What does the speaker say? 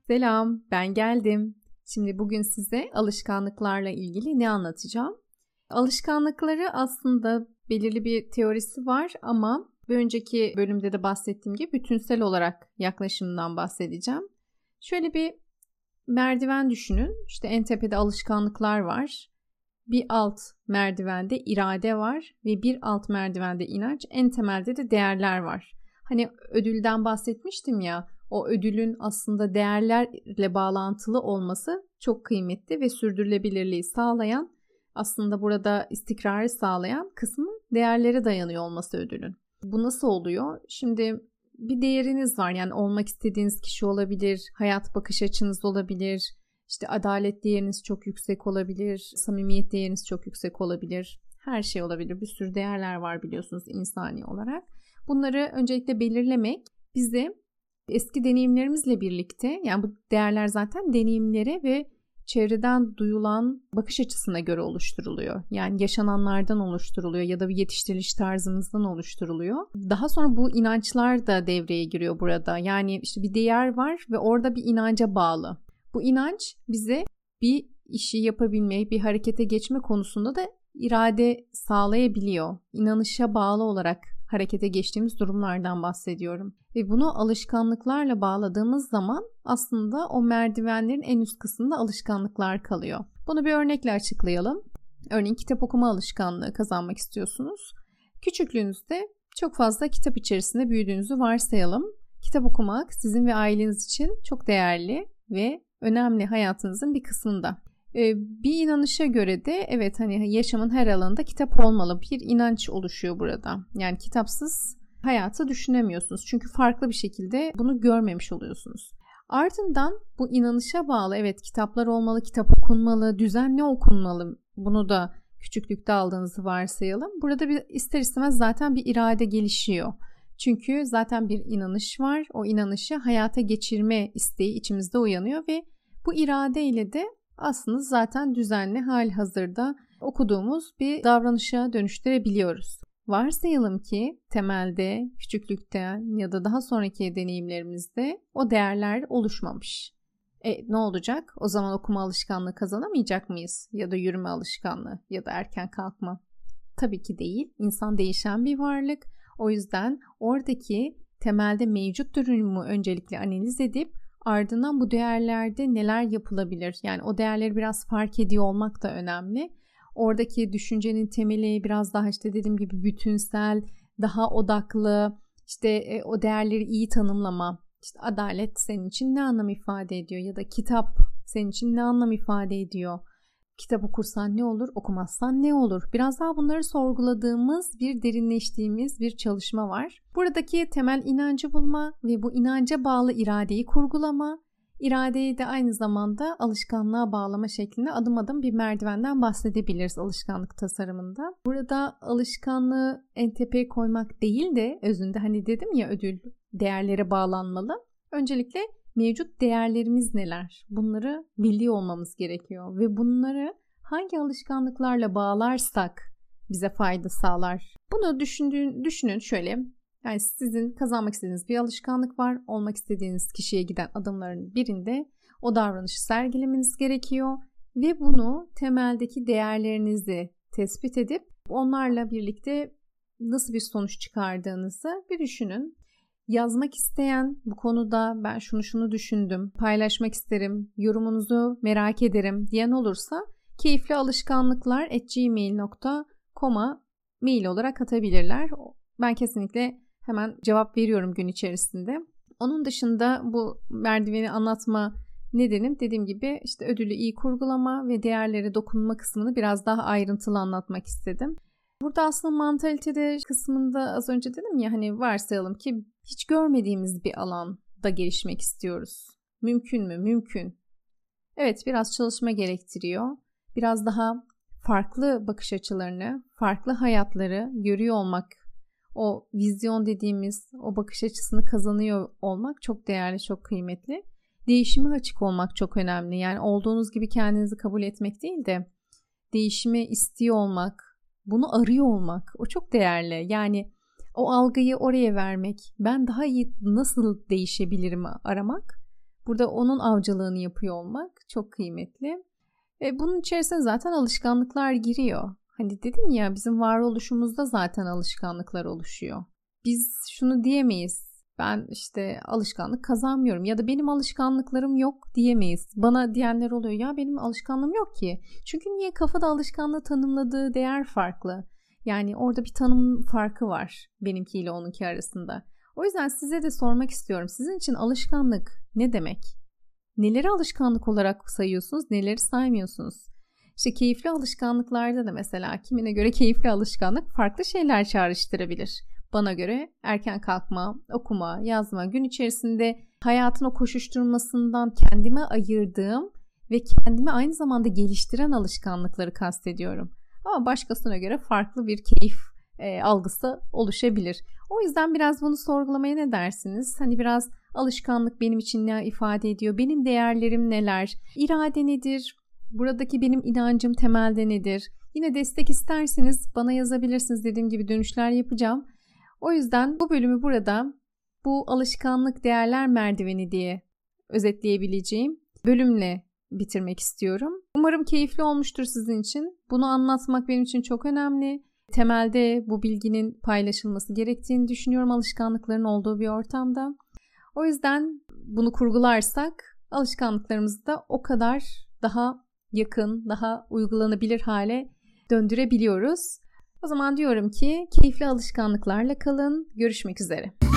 Selam, ben geldim. Şimdi bugün size alışkanlıklarla ilgili ne anlatacağım? Alışkanlıkları aslında belirli bir teorisi var ama bir önceki bölümde de bahsettiğim gibi bütünsel olarak yaklaşımından bahsedeceğim. Şöyle bir merdiven düşünün. İşte en tepede alışkanlıklar var. Bir alt merdivende irade var ve bir alt merdivende inanç, en temelde de değerler var. Hani ödülden bahsetmiştim ya, o ödülün aslında değerlerle bağlantılı olması çok kıymetli ve sürdürülebilirliği sağlayan, aslında burada istikrarı sağlayan kısmı değerlere dayanıyor olması ödülün. Bu nasıl oluyor? Şimdi bir değeriniz var, yani olmak istediğiniz kişi olabilir, hayat bakış açınız olabilir, İşte adalet değeriniz çok yüksek olabilir, samimiyet değeriniz çok yüksek olabilir, her şey olabilir. Bir sürü değerler var biliyorsunuz insani olarak. Bunları öncelikle belirlemek bize eski deneyimlerimizle birlikte, yani bu değerler zaten deneyimlere ve çevreden duyulan bakış açısına göre oluşturuluyor. Yani yaşananlardan oluşturuluyor ya da bir yetiştiriliş tarzımızdan oluşturuluyor. Daha sonra bu inançlar da devreye giriyor burada. Yani işte bir değer var ve orada bir inanca bağlı. Bu inanç bize bir işi yapabilmeyi, bir harekete geçme konusunda da irade sağlayabiliyor. İnanışa bağlı olarak harekete geçtiğimiz durumlardan bahsediyorum. Ve bunu alışkanlıklarla bağladığımız zaman aslında o merdivenlerin en üst kısmında alışkanlıklar kalıyor. Bunu bir örnekle açıklayalım. Örneğin kitap okuma alışkanlığı kazanmak istiyorsunuz. Küçüklüğünüzde çok fazla kitap içerisinde büyüdüğünüzü varsayalım. Kitap okumak sizin ve aileniz için çok değerli ve önemli, hayatınızın bir kısmında. Bir inanışa göre de evet, hani yaşamın her alanında kitap olmalı, bir inanç oluşuyor burada. Yani kitapsız hayatı düşünemiyorsunuz. Çünkü farklı bir şekilde bunu görmemiş oluyorsunuz. Ardından bu inanışa bağlı, evet kitaplar olmalı, kitap okunmalı, düzenli okunmalı. Bunu da küçüklükte aldığınızı varsayalım. Burada bir ister istemez zaten bir irade gelişiyor. Çünkü zaten bir inanış var. O inanışı hayata geçirme isteği içimizde uyanıyor ve bu iradeyle de aslında zaten düzenli halihazırda okuduğumuz bir davranışa dönüştürebiliyoruz. Varsayalım ki temelde, küçüklükten ya da daha sonraki deneyimlerimizde o değerler oluşmamış. Ne olacak? O zaman okuma alışkanlığı kazanamayacak mıyız? Ya da yürüme alışkanlığı ya da erken kalkma? Tabii ki değil. İnsan değişen bir varlık. O yüzden oradaki temelde mevcut durumu öncelikle analiz edip ardından bu değerlerde neler yapılabilir? Yani o değerleri biraz fark ediyor olmak da önemli. Oradaki düşüncenin temeli biraz daha işte dediğim gibi bütünsel, daha odaklı, işte o değerleri iyi tanımlama. İşte adalet senin için ne anlam ifade ediyor ya da kitap senin için ne anlam ifade ediyor? Kitap okursan ne olur, okumazsan ne olur? Biraz daha bunları sorguladığımız, bir derinleştiğimiz bir çalışma var. Buradaki temel inancı bulma ve bu inanca bağlı iradeyi kurgulama, iradeyi de aynı zamanda alışkanlığa bağlama şeklinde adım adım bir merdivenden bahsedebiliriz alışkanlık tasarımında. Burada alışkanlığı en tepeye koymak değil de özünde hani dedim ya, ödül değerlere bağlanmalı. Öncelikle mevcut değerlerimiz neler? Bunları biliyor olmamız gerekiyor ve bunları hangi alışkanlıklarla bağlarsak bize fayda sağlar. Bunu düşünün şöyle. Yani sizin kazanmak istediğiniz bir alışkanlık var. Olmak istediğiniz kişiye giden adımların birinde o davranışı sergilemeniz gerekiyor ve bunu temeldeki değerlerinizi tespit edip onlarla birlikte nasıl bir sonuç çıkardığınızı bir düşünün. Yazmak isteyen, bu konuda ben şunu düşündüm, paylaşmak isterim, yorumunuzu merak ederim diyen olursa keyiflialışkanlıklar@gmail.com'a mail olarak atabilirler. Ben kesinlikle hemen cevap veriyorum gün içerisinde. Onun dışında bu merdiveni anlatma nedenim, dediğim gibi işte ödülü iyi kurgulama ve değerlere dokunma kısmını biraz daha ayrıntılı anlatmak istedim. Burada aslında mantalitede kısmında az önce dedim ya, hani varsayalım ki hiç görmediğimiz bir alanda gelişmek istiyoruz. Mümkün mü? Mümkün. Evet, biraz çalışma gerektiriyor. Biraz daha farklı bakış açılarını, farklı hayatları görüyor olmak, o vizyon dediğimiz o bakış açısını kazanıyor olmak çok değerli, çok kıymetli. Değişime açık olmak çok önemli. Yani olduğunuz gibi kendinizi kabul etmek değil de değişimi istiyor olmak, bunu arıyor olmak, o çok değerli. Yani o algıyı oraya vermek, ben daha iyi nasıl değişebilirim aramak, Burada onun avcılığını yapıyor olmak çok kıymetli. Bunun içerisine zaten alışkanlıklar giriyor. Hani dedim ya, bizim varoluşumuzda zaten alışkanlıklar oluşuyor. Biz şunu diyemeyiz. Ben işte alışkanlık kazanmıyorum ya da benim alışkanlıklarım yok diyemeyiz. Bana diyenler oluyor, ya benim alışkanlığım yok ki. Çünkü niye? Kafada alışkanlığı tanımladığı değer farklı. Yani orada bir tanım farkı var benimkiyle onunki arasında. O yüzden size de sormak istiyorum. Sizin için alışkanlık ne demek? Neleri alışkanlık olarak sayıyorsunuz, neleri saymıyorsunuz? İşte keyifli alışkanlıklarda da mesela kimine göre keyifli alışkanlık farklı şeyler çağrıştırabilir. Bana göre erken kalkma, okuma, yazma, gün içerisinde hayatın o koşuşturmasından kendime ayırdığım ve kendimi aynı zamanda geliştiren alışkanlıkları kastediyorum. Ama başkasına göre farklı bir keyif algısı oluşabilir. O yüzden biraz bunu sorgulamaya ne dersiniz? Hani biraz alışkanlık benim için ne ifade ediyor? Benim değerlerim neler? İrade nedir? Buradaki benim inancım temelde nedir? Yine destek isterseniz bana yazabilirsiniz. Dediğim gibi dönüşler yapacağım. O yüzden bu bölümü burada bu alışkanlık değerler merdiveni diye özetleyebileceğim bölümle bitirmek istiyorum. Umarım keyifli olmuştur sizin için. Bunu anlatmak benim için çok önemli. Temelde bu bilginin paylaşılması gerektiğini düşünüyorum alışkanlıkların olduğu bir ortamda. O yüzden bunu kurgularsak alışkanlıklarımızı da o kadar daha yakın, daha uygulanabilir hale döndürebiliyoruz. O zaman diyorum ki keyifli alışkanlıklarla kalın. Görüşmek üzere.